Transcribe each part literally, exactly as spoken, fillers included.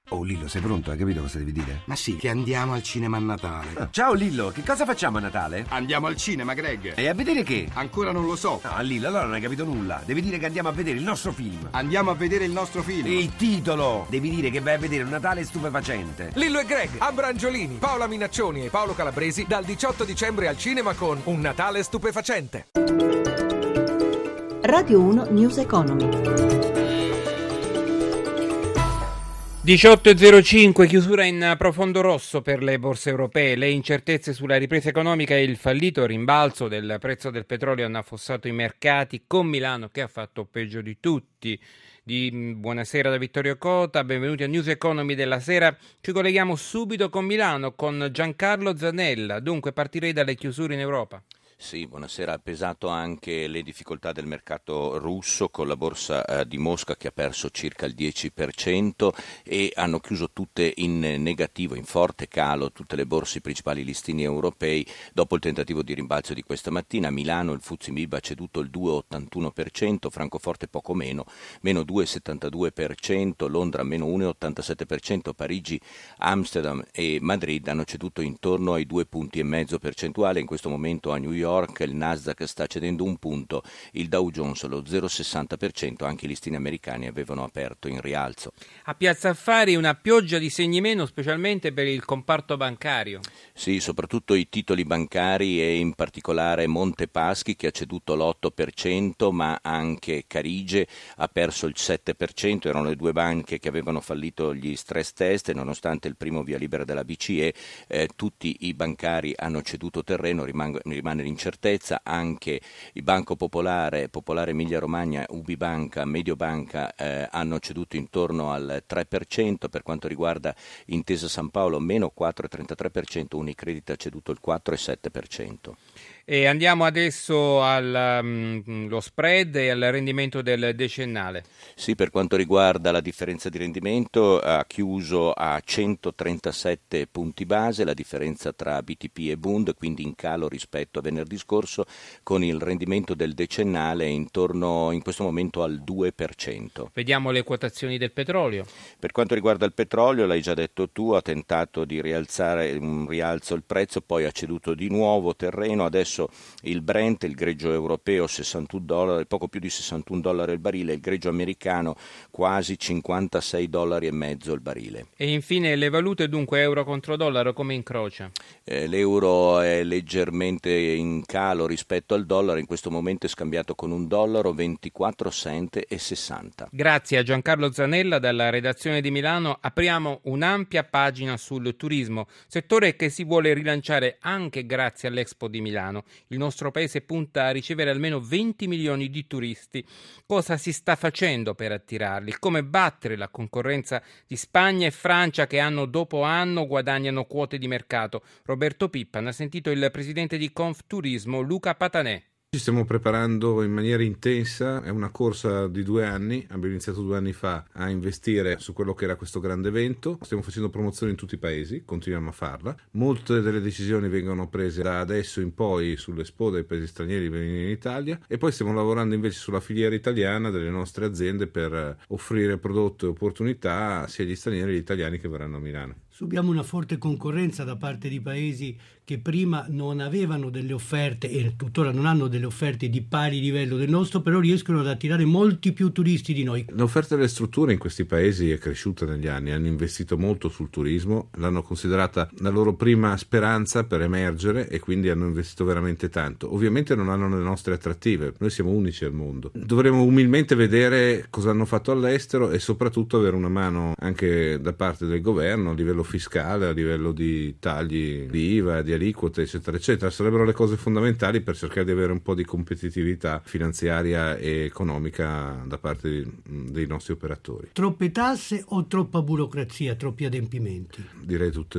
Oh Lillo, sei pronto? Hai capito cosa devi dire? Ma sì, che andiamo al cinema a Natale. Ah, ciao Lillo, che cosa facciamo a Natale? Andiamo al cinema, Greg. E a vedere che? Ancora non lo so. No, Lillo, allora non hai capito nulla. Devi dire che andiamo a vedere il nostro film. Andiamo a vedere il nostro film. Il titolo! Devi dire che vai a vedere un Natale stupefacente. Lillo e Greg, Abrangiolini, Paola Minaccioni e Paolo Calabresi dal diciotto dicembre al cinema con Un Natale stupefacente. Radio uno News Economy. diciotto e zero cinque, chiusura in profondo rosso per le borse europee. Le incertezze sulla ripresa economica e il fallito rimbalzo del prezzo del petrolio hanno affossato i mercati, con Milano che ha fatto peggio di tutti. Di, buonasera da Vittorio Cota, benvenuti a News Economy della sera. Ci colleghiamo subito con Milano, con Giancarlo Zanella. Dunque partirei dalle chiusure in Europa. Sì, buonasera. Ha pesato anche le difficoltà del mercato russo con la borsa eh, di Mosca che ha perso circa il dieci per cento e hanno chiuso tutte in negativo, in forte calo, tutte le borse, i principali listini europei dopo il tentativo di rimbalzo di questa mattina. A Milano il F T S E M I B ha ceduto il due virgola ottantuno per cento, Francoforte poco meno, meno due virgola settantadue per cento, Londra meno uno virgola ottantasette per cento, Parigi, Amsterdam e Madrid hanno ceduto intorno ai due punti e mezzo percentuale. In questo momento a New York il Nasdaq sta cedendo un punto, il Dow Jones lo zero virgola sessanta per cento, anche i listini americani avevano aperto in rialzo. A Piazza Affari una pioggia di segni meno, specialmente per il comparto bancario. Sì, soprattutto i titoli bancari e in particolare Montepaschi che ha ceduto l'otto per cento, ma anche Carige ha perso il sette per cento, erano le due banche che avevano fallito gli stress test e nonostante il primo via libera della B C E eh, tutti i bancari hanno ceduto terreno, rimane, rimane l'incertezza, anche il Banco Popolare, Popolare Emilia Romagna, Ubibanca, Mediobanca eh, hanno ceduto intorno al tre per cento, per quanto riguarda Intesa San Paolo meno quattro virgola trentatré per cento, Unicredit ha ceduto il quattro virgola sette per cento. E andiamo adesso allo um, spread e al rendimento del decennale. Sì, per quanto riguarda la differenza di rendimento ha chiuso a centotrentasette punti base, la differenza tra B T P e Bund, quindi in calo rispetto a venerdì scorso, con il rendimento del decennale intorno in questo momento al due per cento. Vediamo le quotazioni del petrolio. Per quanto riguarda il petrolio, l'hai già detto tu, ha tentato di rialzare un rialzo il prezzo, poi ha ceduto di nuovo terreno, adesso il Brent, il greggio europeo sessantuno dollari, poco più di sessantuno dollari il barile, il greggio americano quasi cinquantasei dollari e mezzo il barile. E infine le valute, dunque euro contro dollaro, come incrocia? Eh, l'euro è leggermente in calo rispetto al dollaro, in questo momento è scambiato con un dollaro ventiquattro cent e sessanta. Grazie a Giancarlo Zanella dalla redazione di Milano. Apriamo un'ampia pagina sul turismo, settore che si vuole rilanciare anche grazie all'Expo di Milano. Il nostro paese punta a ricevere almeno venti milioni di turisti. Cosa si sta facendo per attirarli? Come battere la concorrenza di Spagna e Francia che anno dopo anno guadagnano quote di mercato? Roberto Pippan ha sentito il presidente di Confturismo Luca Patanè. Ci stiamo preparando in maniera intensa, è una corsa di due anni, abbiamo iniziato due anni fa a investire su quello che era questo grande evento, stiamo facendo promozione in tutti i paesi, continuiamo a farla, molte delle decisioni vengono prese da adesso in poi sull'Expo dai paesi stranieri per venire in Italia e poi stiamo lavorando invece sulla filiera italiana delle nostre aziende per offrire prodotti e opportunità sia agli stranieri che agli italiani che verranno a Milano. Subiamo una forte concorrenza da parte di paesi che prima non avevano delle offerte e tuttora non hanno delle offerte di pari livello del nostro, però riescono ad attirare molti più turisti di noi. L'offerta delle strutture in questi paesi è cresciuta negli anni, hanno investito molto sul turismo, l'hanno considerata la loro prima speranza per emergere e quindi hanno investito veramente tanto. Ovviamente non hanno le nostre attrattive, noi siamo unici al mondo. Dovremo umilmente vedere cosa hanno fatto all'estero e soprattutto avere una mano anche da parte del governo a livello fiscale, a livello di tagli di I V A, di aliquote, eccetera, eccetera. Sarebbero le cose fondamentali per cercare di avere un po' di competitività finanziaria e economica da parte di, dei nostri operatori. Troppe tasse o troppa burocrazia, troppi adempimenti? Direi tutte e due.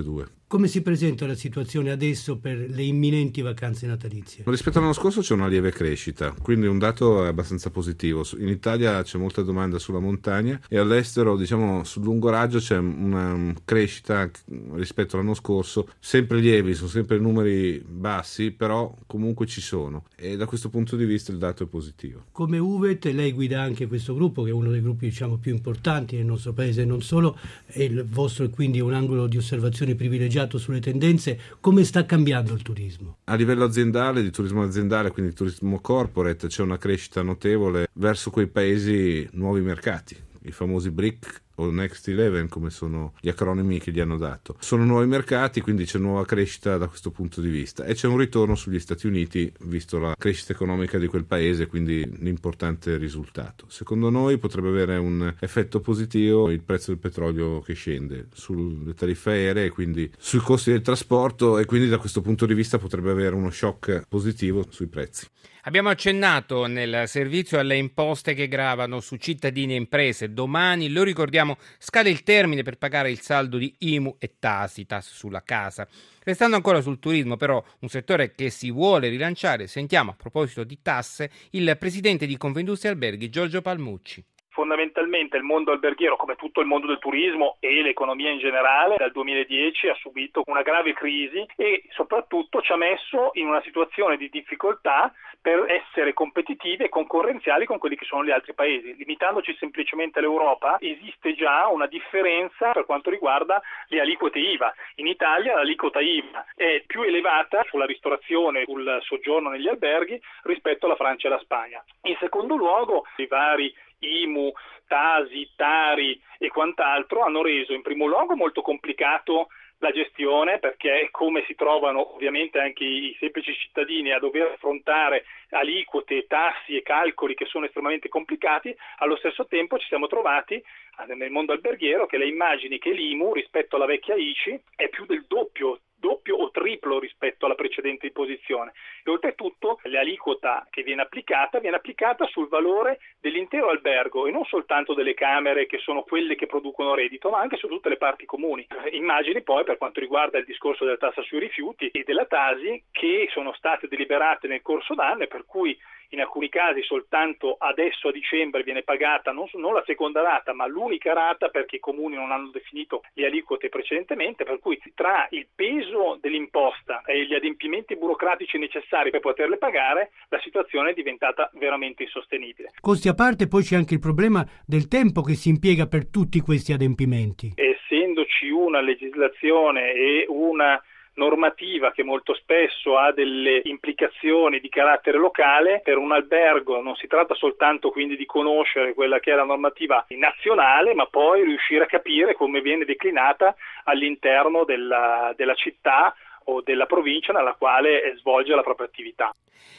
Come si presenta la situazione adesso per le imminenti vacanze natalizie? Rispetto all'anno scorso c'è una lieve crescita, quindi un dato abbastanza positivo. In Italia c'è molta domanda sulla montagna e all'estero, diciamo, sul lungo raggio c'è una crescita rispetto all'anno scorso, sempre lievi, sono sempre numeri bassi, però comunque ci sono e da questo punto di vista il dato è positivo. Come U V E T lei guida anche questo gruppo, che è uno dei gruppi, diciamo, più importanti nel nostro paese e non solo, e il vostro è quindi un angolo di osservazione privilegiato sulle tendenze. Come sta cambiando il turismo? A livello aziendale, di turismo aziendale, quindi turismo corporate, c'è una crescita notevole verso quei paesi nuovi mercati, i famosi B R I C o Next Eleven, come sono gli acronimi che gli hanno dato. Sono nuovi mercati, quindi c'è nuova crescita da questo punto di vista e c'è un ritorno sugli Stati Uniti, visto la crescita economica di quel paese, quindi l'importante risultato. Secondo noi potrebbe avere un effetto positivo il prezzo del petrolio che scende sulle tariffe aeree, quindi sui costi del trasporto, e quindi da questo punto di vista potrebbe avere uno shock positivo sui prezzi. Abbiamo accennato nel servizio alle imposte che gravano su cittadini e imprese. Domani, lo ricordiamo, scade il termine per pagare il saldo di I M U e Tasi, tasse sulla casa. Restando ancora sul turismo, però, un settore che si vuole rilanciare, sentiamo a proposito di tasse il presidente di Confindustria Alberghi, Giorgio Palmucci. Fondamentalmente il mondo alberghiero, come tutto il mondo del turismo e l'economia in generale, dal duemiladieci ha subito una grave crisi e soprattutto ci ha messo in una situazione di difficoltà per essere competitivi e concorrenziali con quelli che sono gli altri paesi. Limitandoci semplicemente all'Europa, esiste già una differenza per quanto riguarda le aliquote I V A. In Italia l'aliquota I V A è più elevata sulla ristorazione, sul soggiorno negli alberghi rispetto alla Francia e alla Spagna. In secondo luogo, i vari I M U, Tasi, Tari e quant'altro hanno reso in primo luogo molto complicato la gestione, perché come si trovano ovviamente anche i semplici cittadini a dover affrontare aliquote, tassi e calcoli che sono estremamente complicati, allo stesso tempo ci siamo trovati nel mondo alberghiero che le immagini che l'I M U rispetto alla vecchia I C I è più del doppio doppio o triplo rispetto alla precedente imposizione e oltretutto l'aliquota che viene applicata viene applicata sul valore dell'intero albergo e non soltanto delle camere che sono quelle che producono reddito, ma anche su tutte le parti comuni. Immagini poi per quanto riguarda il discorso della tassa sui rifiuti e della Tasi che sono state deliberate nel corso d'anno e per cui in alcuni casi soltanto adesso a dicembre viene pagata non, non la seconda rata ma l'unica rata, perché i comuni non hanno definito le aliquote precedentemente, per cui tra il peso dell'imposta e gli adempimenti burocratici necessari per poterle pagare la situazione è diventata veramente insostenibile. Costi a parte, poi c'è anche il problema del tempo che si impiega per tutti questi adempimenti. Essendoci una legislazione e una normativa che molto spesso ha delle implicazioni di carattere locale, per un albergo non si tratta soltanto quindi di conoscere quella che è la normativa nazionale, ma poi riuscire a capire come viene declinata all'interno della, della città o della provincia nella quale svolge la propria attività.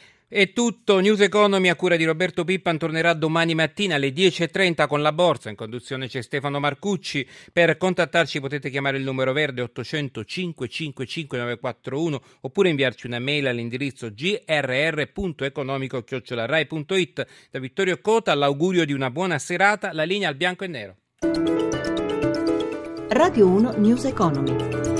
È tutto. News Economy a cura di Roberto Pippan tornerà domani mattina alle dieci e trenta con la borsa. In conduzione c'è Stefano Marcucci. Per contattarci potete chiamare il numero verde ottocento cinquecentocinquantacinque nove quattro uno oppure inviarci una mail all'indirizzo g r r punto economico chiocciola rai punto it. Da Vittorio Cota l'augurio di una buona serata. La linea al bianco e nero. Radio uno News Economy.